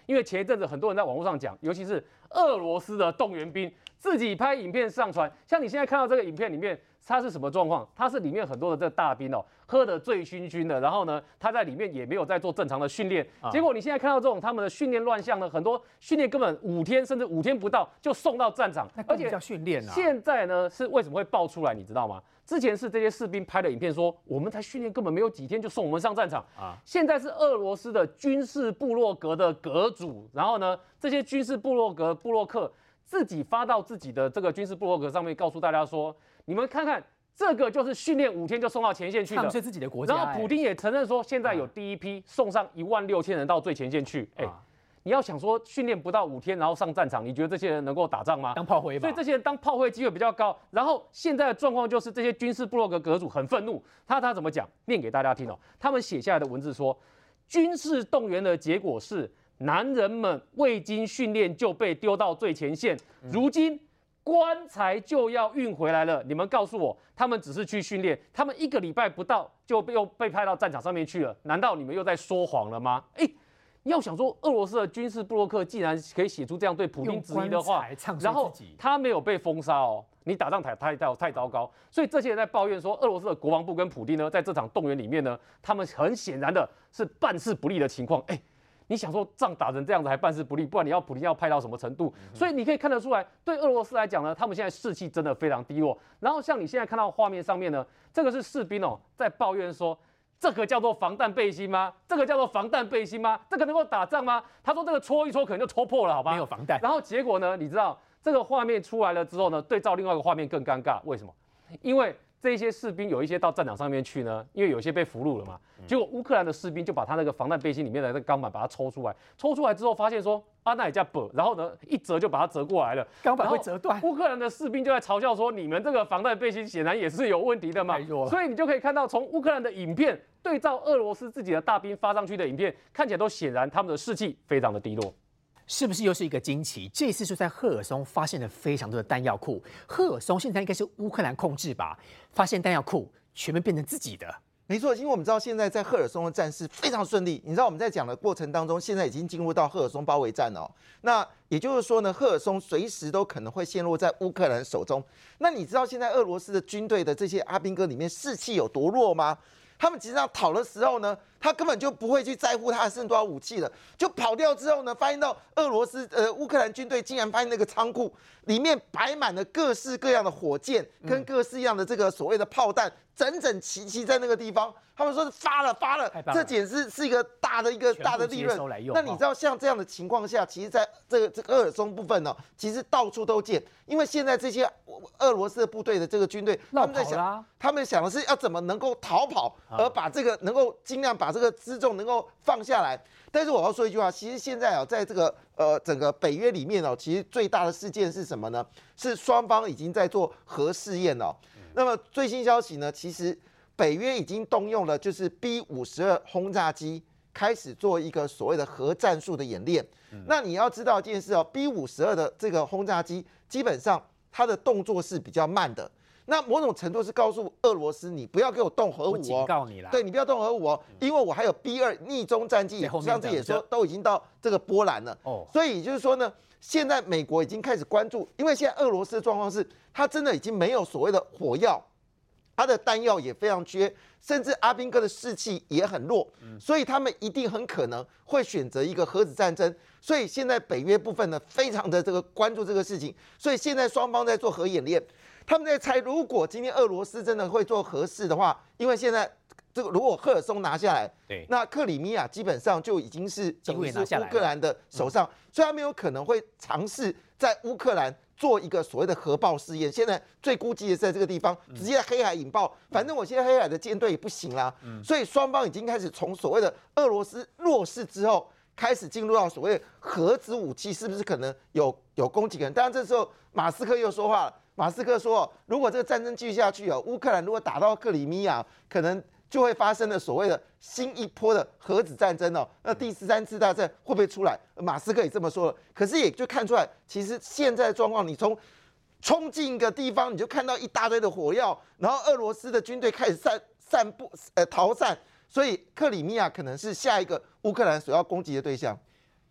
因为前一阵子很多人在网络上讲，尤其是俄罗斯的动员兵自己拍影片上传，像你现在看到这个影片里面，它是什么状况？它是里面很多的这个大兵哦，喝得醉醺醺的，然后呢，他在里面也没有在做正常的训练， 啊结果你现在看到这种他们的训练乱象呢，很多训练根本五天甚至五天不到就送到战场， 而且叫训练啊。 现在呢是为什么会爆出来？你知道吗？之前是这些士兵拍的影片说，我们才训练根本没有几天就送我们上战场啊。现在是俄罗斯的军事部落格的阁主，然后呢，这些军事部落格部落客自己发到自己的这个军事部落格上面，告诉大家说，你们看看。这个就是训练五天就送到前线去的， 他们是自己的国家。 然后普丁也承认说，现在有第一批送上一万六千人到最前线去。哎、啊，你要想说训练不到五天，然后上战场，你觉得这些人能够打仗吗？ 当炮灰吧。 所以这些人当炮灰机会比较高。然后现在的状况就是这些军事部落格阁主很愤怒，他他怎么讲？念给大家听哦。他们写下来的文字说，军事动员的结果是男人们未经训练就被丢到最前线，如今。棺材就要运回来了，你们告诉我，他们只是去训练，他们一个礼拜不到就又被派到战场上面去了，难道你们又在说谎了吗？哎，你要想说，俄罗斯的军事部落客既然可以写出这样对普丁质疑的话，然后他没有被封杀哦，你打仗太太太太糟糕，所以这些人在抱怨说，俄罗斯的国防部跟普丁呢，在这场动员里面呢，他们很显然的是办事不力的情况，哎。你想说仗打成这样子还办事不力，不然你要普丁要派到什么程度？所以你可以看得出来，对俄罗斯来讲呢，他们现在士气真的非常低落。然后像你现在看到画面上面呢，这个是士兵哦在抱怨说，这个叫做防弹背心吗？这个叫做防弹背心吗？这个能够打仗吗？他说这个戳一戳可能就戳破了，好吧？ 没有防弹。 然后结果呢，你知道这个画面出来了之后呢，对照另外一个画面更尴尬，为什么？因为这些士兵有一些到战场上面去呢，因为有些被俘虏了嘛，结果乌克兰的士兵就把他那个防弹背心里面的那个钢板把它抽出来，抽出来之后发现说啊那也叫薄，然后呢一折就把它折过来了， 钢板会折断。 乌克兰的士兵就在嘲笑说，你们这个防弹背心显然也是有问题的嘛，所以你就可以看到从乌克兰的影片对照俄罗斯自己的大兵发上去的影片，看起来都显然他们的士气非常的低落。 是不是又是一个惊奇？这次就在赫尔松发现了非常多的弹药库。赫尔松现在应该是乌克兰控制吧？发现弹药库全面变成自己的。 没错，因为我们知道现在在赫尔松的战事非常顺利。你知道我们在讲的过程当中，现在已经进入到赫尔松包围战哦。那也就是说呢，赫尔松随时都可能会陷入在乌克兰手中。那你知道现在俄罗斯的军队的这些阿兵哥里面士气有多弱吗？他们其实上讨的时候呢，他根本就不会去在乎他剩多少武器了，就跑掉之后呢，发现到俄罗斯呃乌克兰军队竟然发现那个仓库里面摆满了各式各样的火箭跟各式各样的这个所谓的炮弹，整整齐齐在那个地方。他们说是发了发了，这简直是一个大的一个大的利润。那你知道像这样的情况下，其实在这个这个鄂尔松部分呢、哦，其实到处都见，因为现在这些俄罗斯的部队的这个军队，他们在想，他们想的是要怎么能够逃跑，而把这个能够尽量把这个辎重能够放下来。但是我要说一句话，其实现在啊，在这个呃整个北约里面哦，其实最大的事件是什么呢？是双方已经在做核试验哦。那么最新消息呢，其实北约已经动用了就是 B 五十二轰炸机，开始做一个所谓的核战术的演练。嗯、那你要知道一件事哦 ，B 五十二的这个轰炸机基本上它的动作是比较慢的。那某种程度是告诉俄罗斯，你不要给我动核武哦， 我警告你啦， 对你不要动核武哦，因为我还有 B 二逆中战机，上次也说都已经到这个波兰了。哦，所以就是说呢，现在美国已经开始关注，因为现在俄罗斯的状况是，它真的已经没有所谓的火药。他的弹药也非常缺，甚至阿兵哥的士气也很弱，所以他们一定很可能会选择一个核子战争。所以现在北约部分呢，非常的这个关注这个事情，所以现在双方在做核演练，他们在猜，如果今天俄罗斯真的会做核试的话，因为现在这个如果赫尔松拿下来，对，那克里米亚基本上就已经是等于是乌克兰的手上，所以他们有可能会尝试在乌克兰做一个所谓的核爆试验。现在最估计的是在这个地方，直接在黑海引爆。反正我现在黑海的舰队也不行啦，所以双方已经开始从所谓的俄罗斯弱势之后，开始进入到所谓核子武器是不是可能有有攻击可能？当然这时候马斯克又说话了，马斯克说，如果这个战争继续下去哦，乌克兰如果打到克里米亚，可能就会发生了所谓的新一波的核子战争哦。那第十三次大战会不会出来？马斯克也这么说了。可是也就看出来，其实现在的状况，你从冲进一个地方，你就看到一大堆的火药，然后俄罗斯的军队开始散散布呃逃散，所以克里米亚可能是下一个乌克兰所要攻击的对象。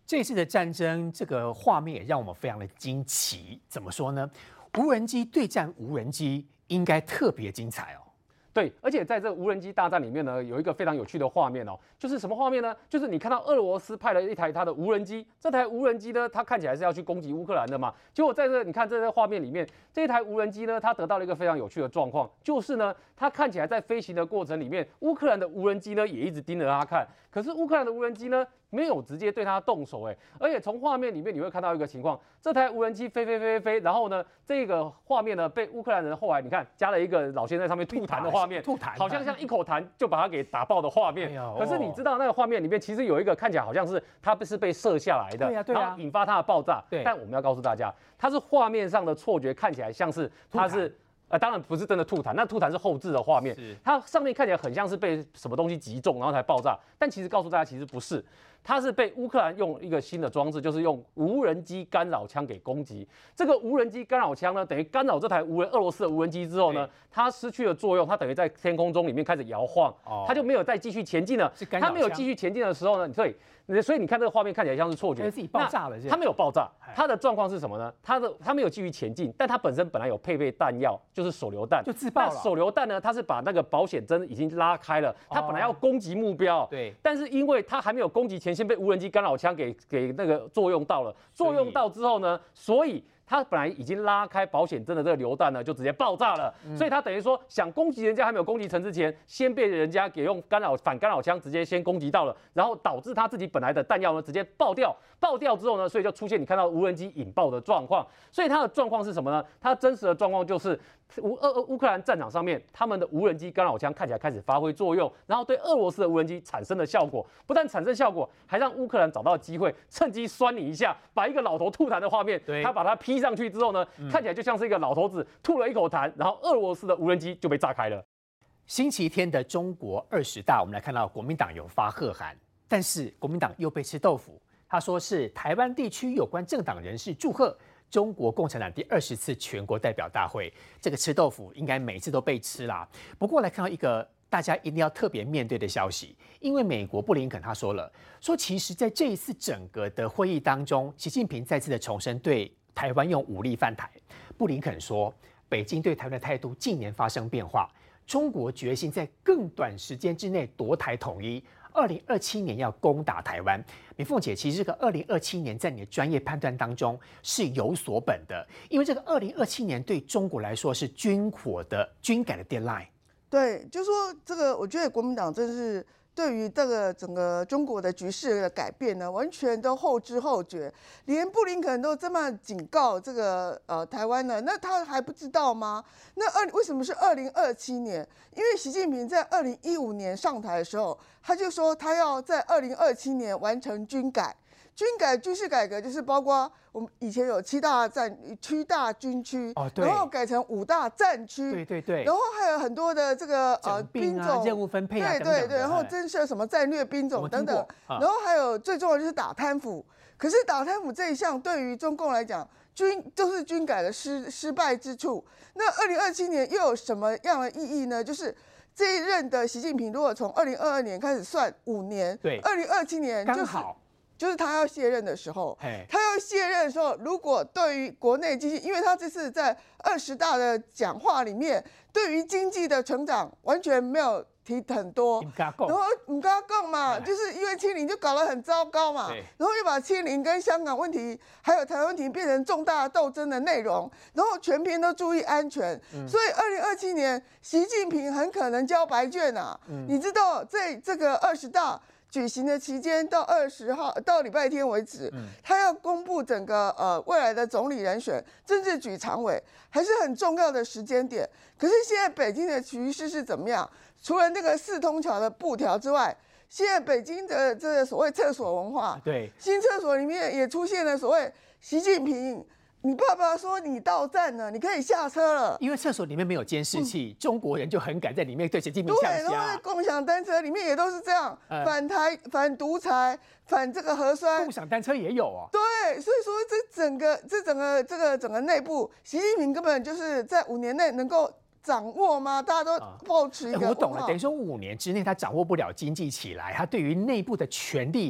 这次的战争，这个画面也让我们非常的惊奇。怎么说呢？无人机对战无人机，应该特别精彩哦。 对，而且在这无人机大战里面呢，有一个非常有趣的画面哦，就是什么画面呢？就是你看到俄罗斯派了一台它的无人机，这台无人机呢，它看起来是要去攻击乌克兰的嘛，结果在这你看这个画面里面，这台无人机呢，它得到了一个非常有趣的状况，就是呢，它看起来在飞行的过程里面，乌克兰的无人机呢也一直盯着它看，可是乌克兰的无人机呢，没有直接对它动手，哎，而且从画面里面你会看到一个情况，这台无人机飞飞飞飞飞，然后呢，这个画面呢被乌克兰人后来你看加了一个老先在上面吐痰的画面， 吐痰， 好像像一口痰就把它给打爆的画面。哎可是你知道那个画面里面其实有一个看起来好像是它是被射下来的， 对呀对呀， 然后引发它的爆炸。 对， 但我们要告诉大家，它是画面上的错觉，看起来像是它是。呃，当然不是真的吐痰，那吐痰是后置的画面，它上面看起来很像是被什么东西击中，然后才爆炸。但其实告诉大家，其实不是，它是被乌克兰用一个新的装置，就是用无人机干扰枪给攻击。这个无人机干扰枪呢，等于干扰这台无人俄罗斯的无人机之后呢，它失去了作用，它等于在天空中里面开始摇晃，哦、它就没有再继续前进了。它没有继续前进的时候呢，对。所以你看这个画面看起来像是错觉， 自己爆炸了。 它没有爆炸，它的状况是什么呢？它的它没有继续前进，但它本身本来有配备弹药，就是手榴弹， 就自爆了。 那手榴弹呢，它是把那个保险针已经拉开了，它本来要攻击目标， 哦、对， 但是因为它还没有攻击前，先被无人机干扰枪给给那个作用到了，作用到之后呢，所以。它本来已经拉开保险针的这个榴弹呢，就直接爆炸了，嗯、所以它等于说想攻击人家还没有攻击成之前，先被人家给用干扰反干扰枪直接先攻击到了，然后导致他自己本来的弹药呢直接爆掉，爆掉之后呢，所以就出现你看到无人机引爆的状况。所以它的状况是什么呢？它真实的状况就是乌俄乌克兰战场上面，他们的无人机干扰枪看起来开始发挥作用，然后对俄罗斯的无人机产生的效果，不但产生效果，还让乌克兰找到机会，趁机酸你一下，把一个老头吐痰的画面，他把它 P 上去之后呢，嗯、看起来就像是一个老头子吐了一口痰，然后俄罗斯的无人机就被炸开了。 星期天的中国二十大，我们来看到国民党有发贺函，但是国民党又被吃豆腐。他说是台湾地区有关政党人士祝贺中国共产党第二十次全国代表大会。这个吃豆腐应该每次都被吃啦。不过来看到一个大家一定要特别面对的消息，因为美国布林肯他说了，说其实在这一次整个的会议当中，习近平再次的重申对台湾用武力犯台。布林肯说，北京对台湾的态度近年发生变化，中国决心在更短时间之内夺台统一。二零二七年要攻打台湾，敏凤姐，其实这个二零二七年在你的专业判断当中是有所本的，因为这个二零二七年对中国来说是军火的军改的 deadline。 对，就说这个，我觉得国民党真是对于这个整个中国的局势的改变呢，完全都后知后觉，连布林肯都这么警告这个呃台湾呢，那他还不知道吗？那二为什么是二零二七年？因为习近平在二零一五年上台的时候，他就说他要在二零二七年完成军改。军改、军事改革就是包括我们以前有七大战区大军区， 哦，对， 然后改成五大战区， 对对对， 然后还有很多的这个呃兵种、 任务分配啊， 对对对，然后增设什么战略兵种等等，然后还有最重要的就是打贪腐。可是打贪腐这一项对于中共来讲，军就是军改的失失败之处。那二零二七年又有什么样的意义呢？就是这一任的习近平，如果从二零二二年开始算五年， 对， 二零二七年就是刚好。 就是他要卸任的时候，他要卸任的时候，如果对于国内经济，因为他这次在二十大的讲话里面，对于经济的成长完全没有提很多，然后唔敢讲嘛，就是因为清零就搞得很糟糕嘛，然后又把清零跟香港问题还有台湾问题变成重大斗争的内容，然后全篇都注意安全，嗯、所以二零二七年习近平很可能交白卷啊，嗯、你知道在这个二十大举行的期间到二十号到礼拜天为止，嗯、他要公布整个呃未来的总理人选、政治局常委，还是很重要的时间点。可是现在北京的局势是怎么样？除了那个四通桥的布条之外，现在北京的这个所谓厕所文化， 对， 新厕所里面也出现了所谓习近平。你爸爸说你到站了，你可以下车了。 因为厕所里面没有监视器，嗯、中国人就很敢在里面对习近平呛虾。对，然后共享单车里面也都是这样，呃、反台、反独裁、反这个核酸。 共享单车也有哦。 对，所以说这整个、这整个、这个整个内部，习近平根本就是在五年内能够掌握吗？大家都抱持一个、 呃、我懂了，等于说五年之内他掌握不了经济起来，他对于内部的权力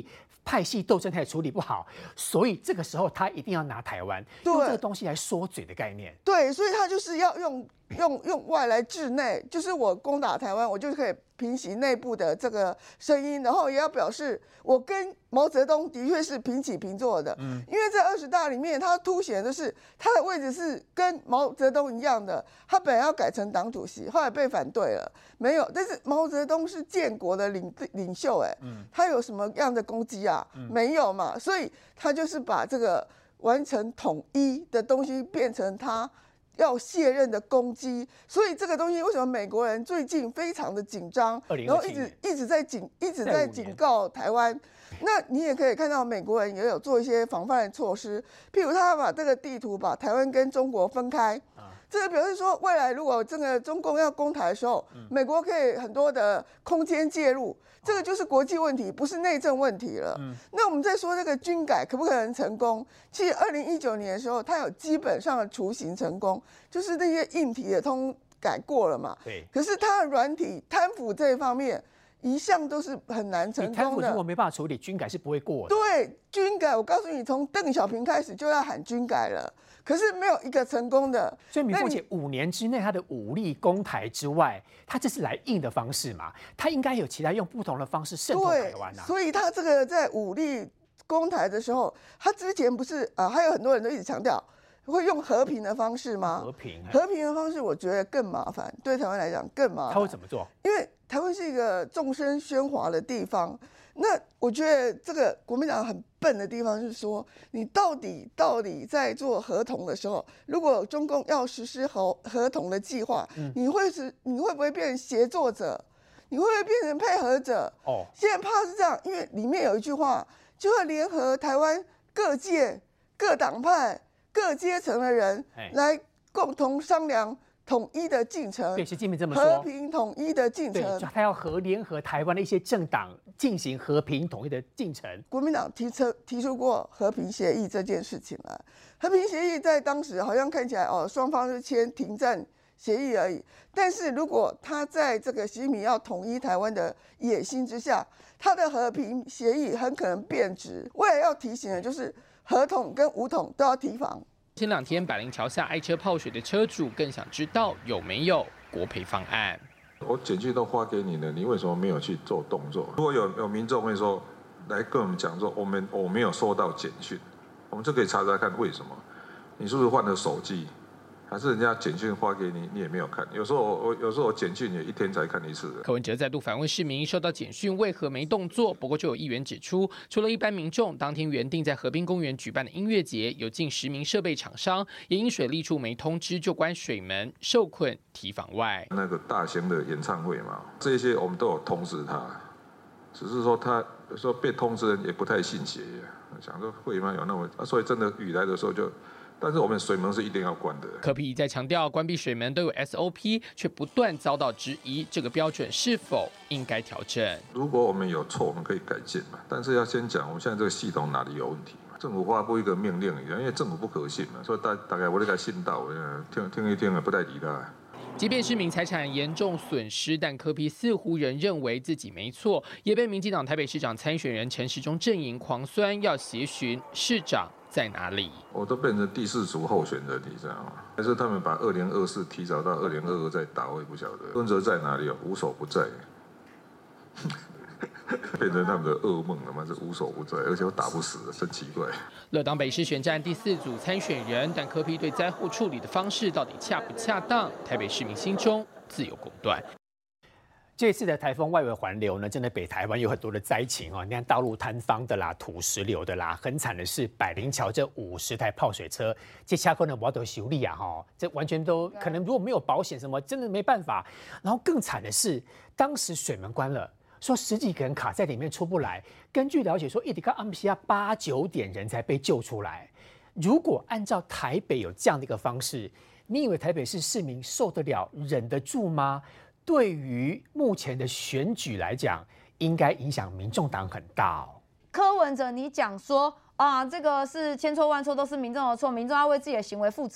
派系斗争他也处理不好，所以这个时候他一定要拿台湾，用这个东西来说嘴的概念。 对，所以他就是要用用用外来治内，就是我攻打台湾，我就可以平息内部的这个声音，然后也要表示我跟毛泽东的确是平起平坐的。嗯，因为在二十大里面，他凸显的是他的位置是跟毛泽东一样的，他本来要改成党主席，后来被反对了，没有。但是毛泽东是建国的领领袖，哎，他有什么样的功绩啊？没有嘛，所以他就是把这个完成统一的东西变成他要卸任的攻击，所以这个东西为什么美国人最近非常的紧张，然后一直一直在警一直在警告台湾。那你也可以看到美国人也有做一些防范的措施，譬如他把这个地图把台湾跟中国分开，这个表示说未来如果这个中共要攻台的时候，美国可以很多的空间介入。这个就是国际问题，不是内政问题了。嗯，那我们再说这个军改可不可能成功？其实二零一九年的时候，它有基本上的雏形成功，就是那些硬体也通改过了嘛。对。可是它的软体贪腐这一方面，一向都是很难成功的。 贪腐如果没办法处理，军改是不会过的。 对，军改，我告诉你，从邓小平开始就要喊军改了。可是没有一个成功的， 所以米凤姐五年之内，她的武力攻台之外，她这是来硬的方式嘛？她应该有其他用不同的方式渗透台湾啊。 所以她这个在武力攻台的时候，她之前不是啊、呃，还有很多人都一直强调会用和平的方式吗？ 和平， 和平的方式，我觉得更麻烦，对台湾来讲更麻烦。 他会怎么做？ 因为台湾是一个众生喧哗的地方。那我觉得这个国民党很笨的地方是说，你到底到底在做合同的时候，如果中共要实施合合同的计划，嗯、你会是你会不会变成协作者？你会不会变成配合者？哦，现在怕是这样，因为里面有一句话，就会联合台湾各界、各党派、各阶层的人来共同商量统一的进程， 对，习近平这么说， 和平统一的进程， 对，他要和联合台湾的一些政党进行和平统一的进程。 国民党提出提出过和平协议这件事情了，和平协议在当时好像看起来哦，双方是签停战协议而已。但是如果他在这个习近平要统一台湾的野心之下，他的和平协议很可能变质。未来要提醒的就是合统跟武统都要提防。 前两天百灵桥下爱车泡水的车主更想知道有没有国赔方案。 我简讯都发给你了，你为什么没有去做动作？如果有有民众会说来跟我们讲说，我们我没有收到简讯，我们就可以查查看为什么。你是不是换了手机？还是人家简讯发给你，你也没有看。有时候我有时候我简讯也一天才看一次的。 柯文哲再度反问市民，收到简讯为何没动作？不过就有议员指出，除了一般民众，当天原定在河滨公园举办的音乐节，有近十名设备厂商也因水利处没通知就关水门，受困提防外。 那个大型的演唱会嘛，这些我们都有通知他，只是说他有时候被通知人也不太信邪，想说会吗？有那么，所以真的雨来的时候就。但是我们水门是一定要关的。 柯 P 在强调关闭水门都有 S O P， 却不断遭到质疑，这个标准是否应该调整？ 如果我们有错，我们可以改进嘛。但是要先讲我们现在这个系统哪里有问题嘛。政府发布一个命令，因为政府不可信嘛，所以大大概我这个信道，听听一听了不太理他。 即便市民财产严重损失，但柯 P 似乎仍认为自己没错，也被民进党台北市长参选人陈时中阵营狂酸，要协寻市长在哪里？ 我都变成第四组候选人，你知道吗？还是他们把二零二四提早到二零二二再打，我也不晓得。柯文哲在哪里哦？无所不在，变成他们的噩梦了吗？是无所不在，而且我打不死，真奇怪。 乐当北市选战第四组参选人，但柯 P 对灾后处理的方式到底恰不恰当？台北市民心中自有公断。 这次的台风外围环流呢，真的北台湾有很多的灾情哦。你看道路坍方的啦、土石流的啦，很惨的是百灵桥这五十台泡水车，这下可能我都修理啊哈，这完全都可能如果没有保险什么，真的没办法。然后更惨的是，当时水门关了，说十几个人卡在里面出不来。根据了解说，一直到暗时啊八九点人才被救出来。如果按照台北有这样的一个方式，你以为台北市市民受得了、忍得住吗？对于目前的选举来讲，应该影响民众党很大哦。 柯文哲，你讲说啊，这个是千错万错都是民众的错，民众要为自己的行为负责。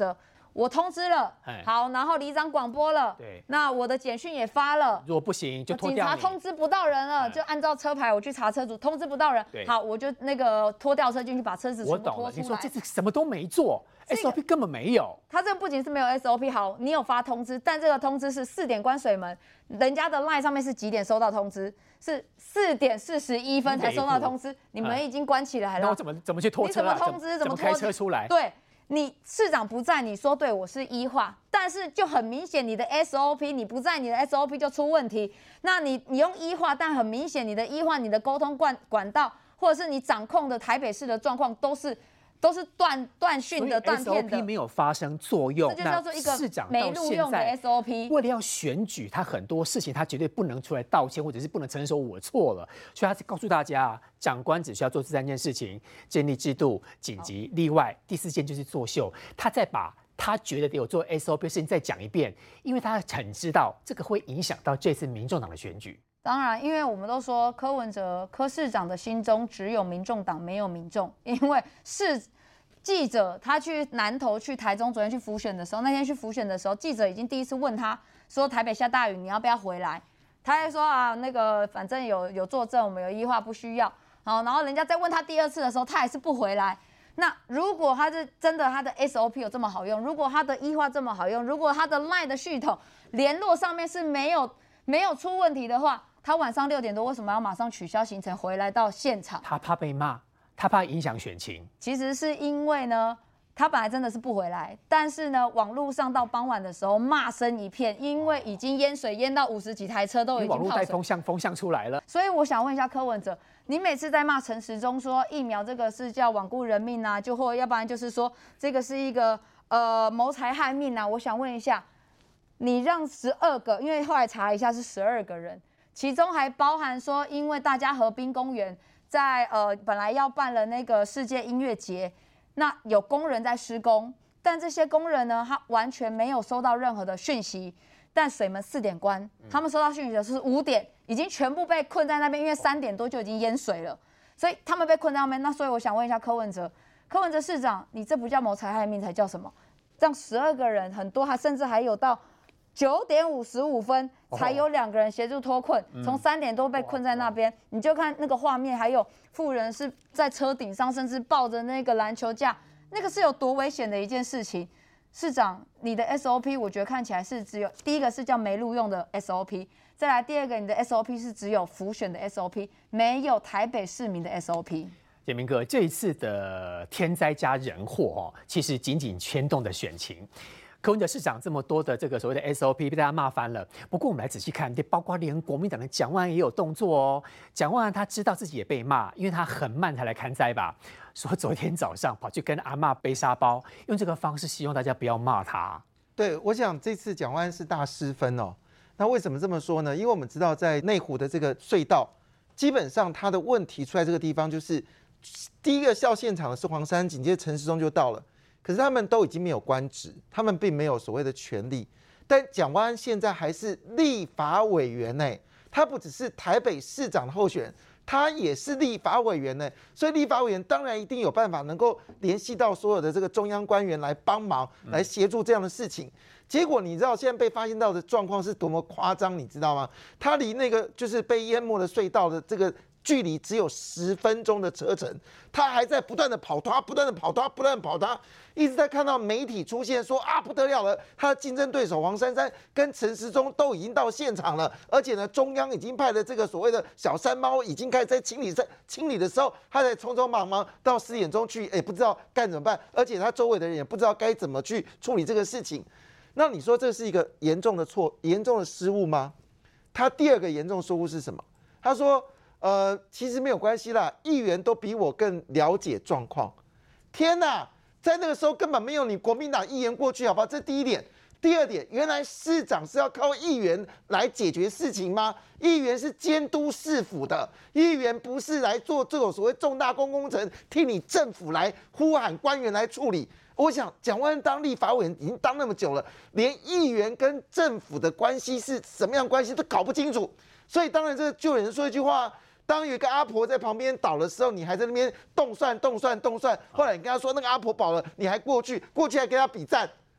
我通知了，好，然后里长广播了， 对， 那我的简讯也发了， 如果不行就脱掉你。 警察通知不到人了，就按照车牌我去查车主，通知不到人，好，我就那个拖吊车进去把车子全部拖出来。 我懂了，你说这次什么都没做 ，S O P 根本没有。 他这个不仅是没有 S O P， 好，你有发通知，但这个通知是四点关水门，人家的 LINE 上面是几点收到通知？是四点四十一分才收到通知，你门已经关起来了。 那我怎么怎么去拖车？ 你怎么通知？怎么开车出来？ 对。你市长不在，你说对我是医化，但是就很明显你的 S O P 你不在，你的 S O P 就出问题。那你你用医化，但很明显你的医化、你的沟通管管道，或者是你掌控的台北市的状况都是都是断断讯的、断片的。 S O P 没有发生作用， 这就叫做一个市长没录用的 S O P。 为了要选举，他很多事情他绝对不能出来道歉，或者是不能承认说我错了，所以他告诉大家，长官只需要做这三件事情：建立制度、紧急、例外。第四件就是作秀，他再把他觉得有做 S O P 的事情再讲一遍，因为他很知道这个会影响到这次民众党的选举。 当然，因为我们都说柯文哲柯市长的心中只有民众党，没有民众。因为市记者他去南投、去台中，昨天去辅选的时候，那天去辅选的时候，记者已经第一次问他说：“台北下大雨，你要不要回来？”他还说：“啊，那个反正有有作证，我们有医化，不需要。”好，然后人家再问他第二次的时候，他还是不回来。那如果他是真的他的 S O P 有这么好用，如果他的医化这么好用，如果他的 LINE 的系统联络上面是没有没有出问题的话，他晚上六点多为什么要马上取消行程回来到现场？ 他怕被骂，他怕影响选情。 其实是因为呢，他本来真的是不回来，但是呢，网络上到傍晚的时候骂声一片，因为已经淹水淹到五十几台车都已经泡水。 网络带风向，风向出来了。 所以我想问一下柯文哲，你每次在骂陈时中说疫苗这个是叫罔顾人命啊，就或要不然就是说这个是一个呃谋财害命啊，我想问一下，你让十二个，因为后来查一下是十二个人。其中还包含说，因为大家河滨公园在呃本来要办了那个世界音乐节，那有工人在施工，但这些工人呢，他完全没有收到任何的讯息。但水门四点关，他们收到讯息的是五点，已经全部被困在那边，因为三点多就已经淹水了，所以他们被困在那边。那所以我想问一下柯文哲，柯文哲市长，你这不叫谋财害命，才叫什么？让十二个人，很多还甚至还有到九点五十五分才有两个人协助脱困，从三点多被困在那边，你就看那个画面，还有妇人是在车顶上，甚至抱着那个篮球架，那个是有多危险的一件事情。市长，你的 S O P 我觉得看起来是只有第一个是叫没录用的 S O P， 再来第二个你的 S O P 是只有辅选的 S O P， 没有台北市民的 S O P。 简明哥，这一次的天灾加人祸哦，其实紧紧牵动的选情。柯文哲市长这么多的这个所谓的 S O P 被大家骂翻了。不过我们来仔细看，包括连国民党的蒋万安也有动作哦。蒋万安他知道自己也被骂，因为他很慢才来看灾吧。说昨天早上跑去跟阿嬷背沙包，用这个方式希望大家不要骂他。 对，我想这次蒋万安是大失分哦。那为什么这么说呢？因为我们知道在内湖的这个隧道，基本上他的问题出在这个地方，就是第一个到现场的是黄珊，紧接着陈时中就到了。可是他们都已经没有官职，他们并没有所谓的权利。但蒋万安现在还是立法委员呢，他不只是台北市长的候选人，他也是立法委员呢。所以立法委员当然一定有办法能够联系到所有的这个中央官员来帮忙，来协助这样的事情。结果你知道现在被发现到的状况是多么夸张，你知道吗？他离那个就是被淹没的隧道的这个距离只有十分钟的车程，他还在不断的跑他，不断的跑他，不断的跑他，一直在看到媒体出现说啊不得了了，他的竞争对手黄珊珊跟陈时中都已经到现场了，而且呢中央已经派的这个所谓的小山猫已经开始在清理在清理的时候，他才匆匆忙忙到十点钟去，也不知道该怎么办，而且他周围的人也不知道该怎么去处理这个事情。那你说这是一个严重的错、严重的失误吗？他第二个严重失误是什么？他说。呃，其实没有关系啦，议员都比我更了解状况。天哪，在那个时候根本没有你国民党议员过去，好不好？这是第一点。第二点，原来市长是要靠议员来解决事情吗？议员是监督市府的，议员不是来做这种所谓重大公工程，替你政府来呼喊官员来处理。我想蒋万安当立法委员已经当那么久了，连议员跟政府的关系是什么样关系都搞不清楚。所以当然，这个就有人说一句话。当有一个阿婆在旁边倒的时候，你还在那边动算动算动算。后来你跟他说那个阿婆倒了，你还过去过去还跟他比赞，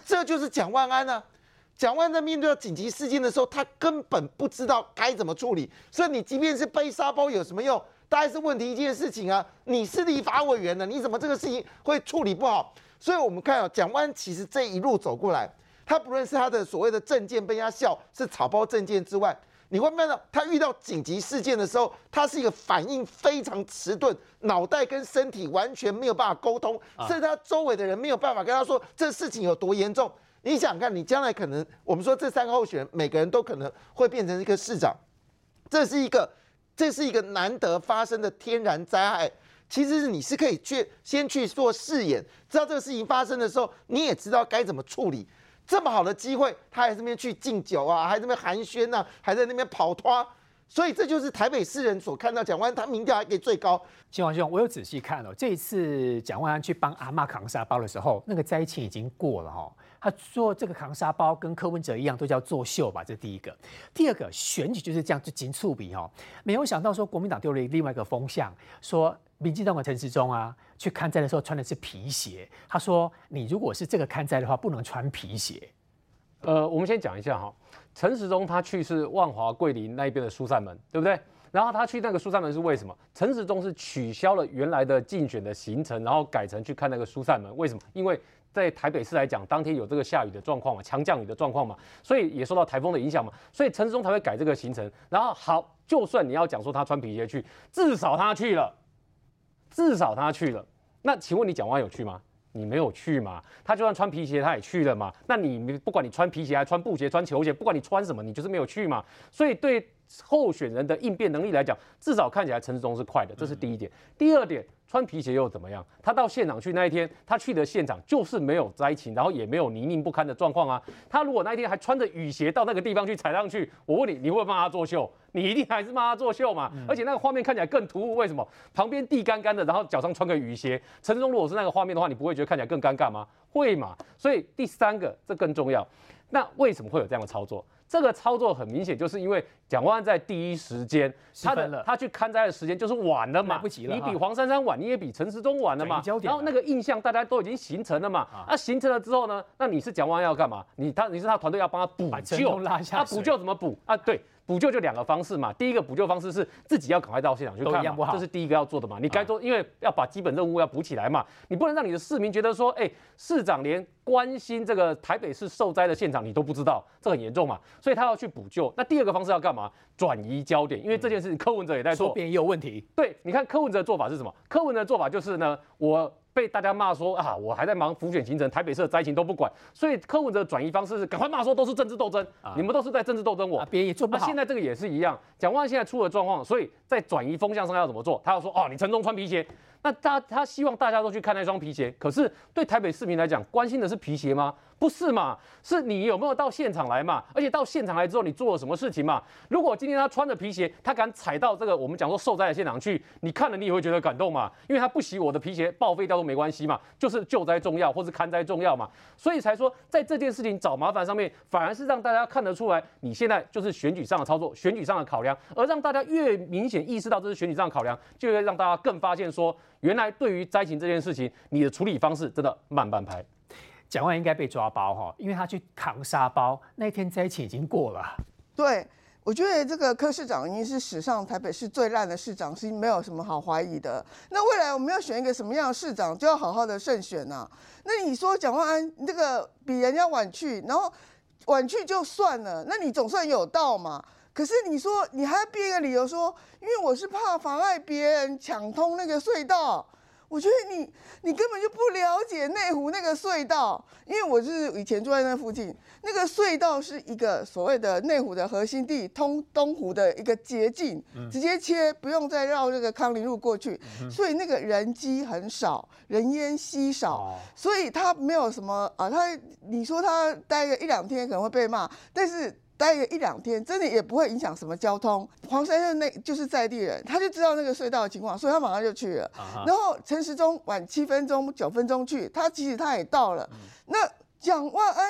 这就是蒋万安啊。蒋万安在面对到紧急事件的时候，他根本不知道该怎么处理，所以你即便是背沙包有什么用？大概是问题一件事情啊，你是立法委员呢，你怎么这个事情会处理不好？所以我们看啊，蒋万安其实这一路走过来，他不论是他的所谓的政见被人家笑是草包政见之外，你会看到他遇到紧急事件的时候，他是一个反应非常迟钝，脑袋跟身体完全没有办法沟通，甚至他周围的人没有办法跟他说这事情有多严重。你想想看，你将来可能我们说这三个候选人每个人都可能会变成一个市长，这是一个这是一个难得发生的天然灾害。其实是你是可以去先去做试演，知道这个事情发生的时候，你也知道该怎么处理。这么好的机会，他还在那边去敬酒啊，还在那边寒暄啊，还在那边跑脱。所以这就是台北市人所看到蒋万安，他民调还给最高。 金王兄，我有仔细看哦，这一次蒋万安去帮阿嬷扛沙包的时候，那个灾情已经过了哈、哦。他说这个扛沙包跟柯文哲一样，都叫作秀吧，这是第一个。第二个，选举就是这样，就紧触笔哈。没有想到说国民党丢了另外一个风向，说民进党的陈时中啊，去看灾的时候穿的是皮鞋。他说你如果是这个看灾的话，不能穿皮鞋。 呃，我们先讲一下哈，陈时中他去是万华桂林那一边的疏散门，对不对？然后他去那个疏散门是为什么？陈时中是取消了原来的竞选的行程，然后改成去看那个疏散门。为什么？因为在台北市来讲，当天有这个下雨的状况嘛，强降雨的状况嘛，所以也受到台风的影响嘛，所以陈时中才会改这个行程。然后好，就算你要讲说他穿皮鞋去，至少他去了，至少他去了。那请问你蒋万安有去吗？你没有去嘛？他就算穿皮鞋，他也去了嘛？那你不管你穿皮鞋还穿布鞋、穿球鞋，不管你穿什么，你就是没有去嘛？所以对候选人的应变能力来讲，至少看起来陈时中是快的，这是第一点。第二点，穿皮鞋又怎么样？他到现场去那一天，他去的现场就是没有灾情，然后也没有泥泞不堪的状况啊。他如果那一天还穿着雨鞋到那个地方去踩上去，我问你，你会骂他作秀？你一定还是骂他作秀嘛？嗯、而且那个画面看起来更突兀，为什么？旁边地干干的，然后脚上穿个雨鞋。陈时中如果是那个画面的话，你不会觉得看起来更尴尬吗？会嘛？所以第三个，这更重要。那为什么会有这样的操作？这个操作很明显，就是因为蒋万安在第一时间，他的他去看灾的时间就是晚了嘛， 来不及了。 你比黄珊珊晚，你也比陈时中晚了嘛。然后那个印象大家都已经形成了嘛。啊，啊形成了之后呢，那你是蒋万安要干嘛？你他你是他团队要帮他补救，他补救怎么补啊？对。补救就两个方式嘛，第一个补救方式是自己要赶快到现场去看嘛，这是第一个要做的嘛。你该做，因为要把基本任务要补起来嘛，你不能让你的市民觉得说，哎，市长连关心这个台北市受灾的现场你都不知道，这很严重嘛，所以他要去补救。那第二个方式要干嘛？转移焦点，因为这件事情柯文哲也在做， 说别人也有问题。 对，你看柯文哲的做法是什么？柯文哲的做法就是呢，我。被大家骂说啊，我还在忙辅选行程，台北市的灾情都不管，所以柯文哲的转移方式是赶快骂说都是政治斗争，啊、你们都是在政治斗争我， 别、啊、人也做不好。 啊、现在这个也是一样，蒋万安现在出了状况，所以在转移风向上要怎么做？他要说哦，你陈中穿皮鞋，那他他希望大家都去看那双皮鞋，可是对台北市民来讲，关心的是皮鞋吗？不是嘛？是你有没有到现场来嘛？而且到现场来之后，你做了什么事情嘛？如果今天他穿着皮鞋，他敢踩到这个我们讲说受灾的现场去，你看了你也会觉得感动嘛？因为他不洗我的皮鞋报废掉都没关系嘛，就是救灾重要或是看灾重要嘛，所以才说在这件事情找麻烦上面，反而是让大家看得出来，你现在就是选举上的操作，选举上的考量，而让大家越明显意识到这是选举上的考量，就会让大家更发现说，原来对于灾情这件事情，你的处理方式真的慢半拍。 蒋万安应该被抓包哈，因为他去扛沙包，那天灾情已经过了。 对，我觉得这个柯市长已经是史上台北市最烂的市长，是没有什么好怀疑的。那未来我们要选一个什么样的市长，就要好好的慎选呐、啊。那你说蒋万安这个比人家晚去，然后晚去就算了，那你总算有到嘛？可是你说你还要编一个理由说，因为我是怕妨碍别人抢通那个隧道。我觉得你你根本就不了解内湖那个隧道，因为我是以前住在那附近，那个隧道是一个所谓的内湖的核心地，通东湖的一个捷径，直接切，不用再绕这个康宁路过去，嗯、所以那个人机很少，人烟稀少，哦、所以他没有什么啊，他你说他待个一两天可能会被骂，但是。待个一两天，真的也不会影响什么交通。黄珊珊那就是在地人，他就知道那个隧道的情况，所以他马上就去了。Uh-huh. 然后陈时中晚七分钟、九分钟去，他其实他也到了。嗯、那蒋万安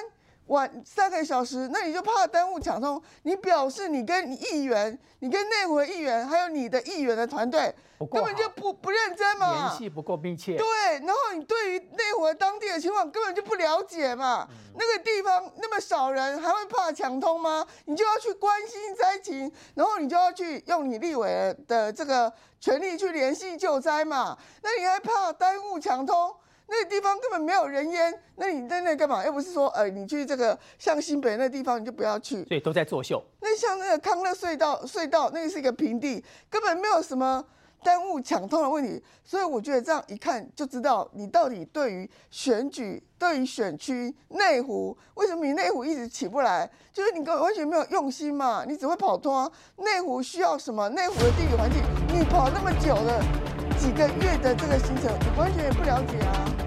晚三个小时，那你就怕耽误抢通，你表示你跟议员、你跟内湖的议员，还有你的议员的团队根本就不不认真嘛， 联系不够密切。 对，然后你对于内湖当地的情况根本就不了解嘛，嗯、那个地方那么少人，还会怕抢通吗？你就要去关心灾情，然后你就要去用你立委的这个权力去联系救灾嘛，那你还怕耽误抢通？那个地方根本没有人烟，那你在那干嘛？又不是说，呃，你去这个像新北那地方你就不要去， 所以都在作秀。 那像那个康乐隧道，隧道那个是一个平地，根本没有什么耽误抢通的问题。所以我觉得这样一看就知道，你到底对于选举、对于选区内湖，为什么你内湖一直起不来？就是你根本完全没有用心嘛，你只会跑脱。内湖需要什么？内湖的地理环境，你跑那么久的。几个月的这个行程，你完全也不了解啊。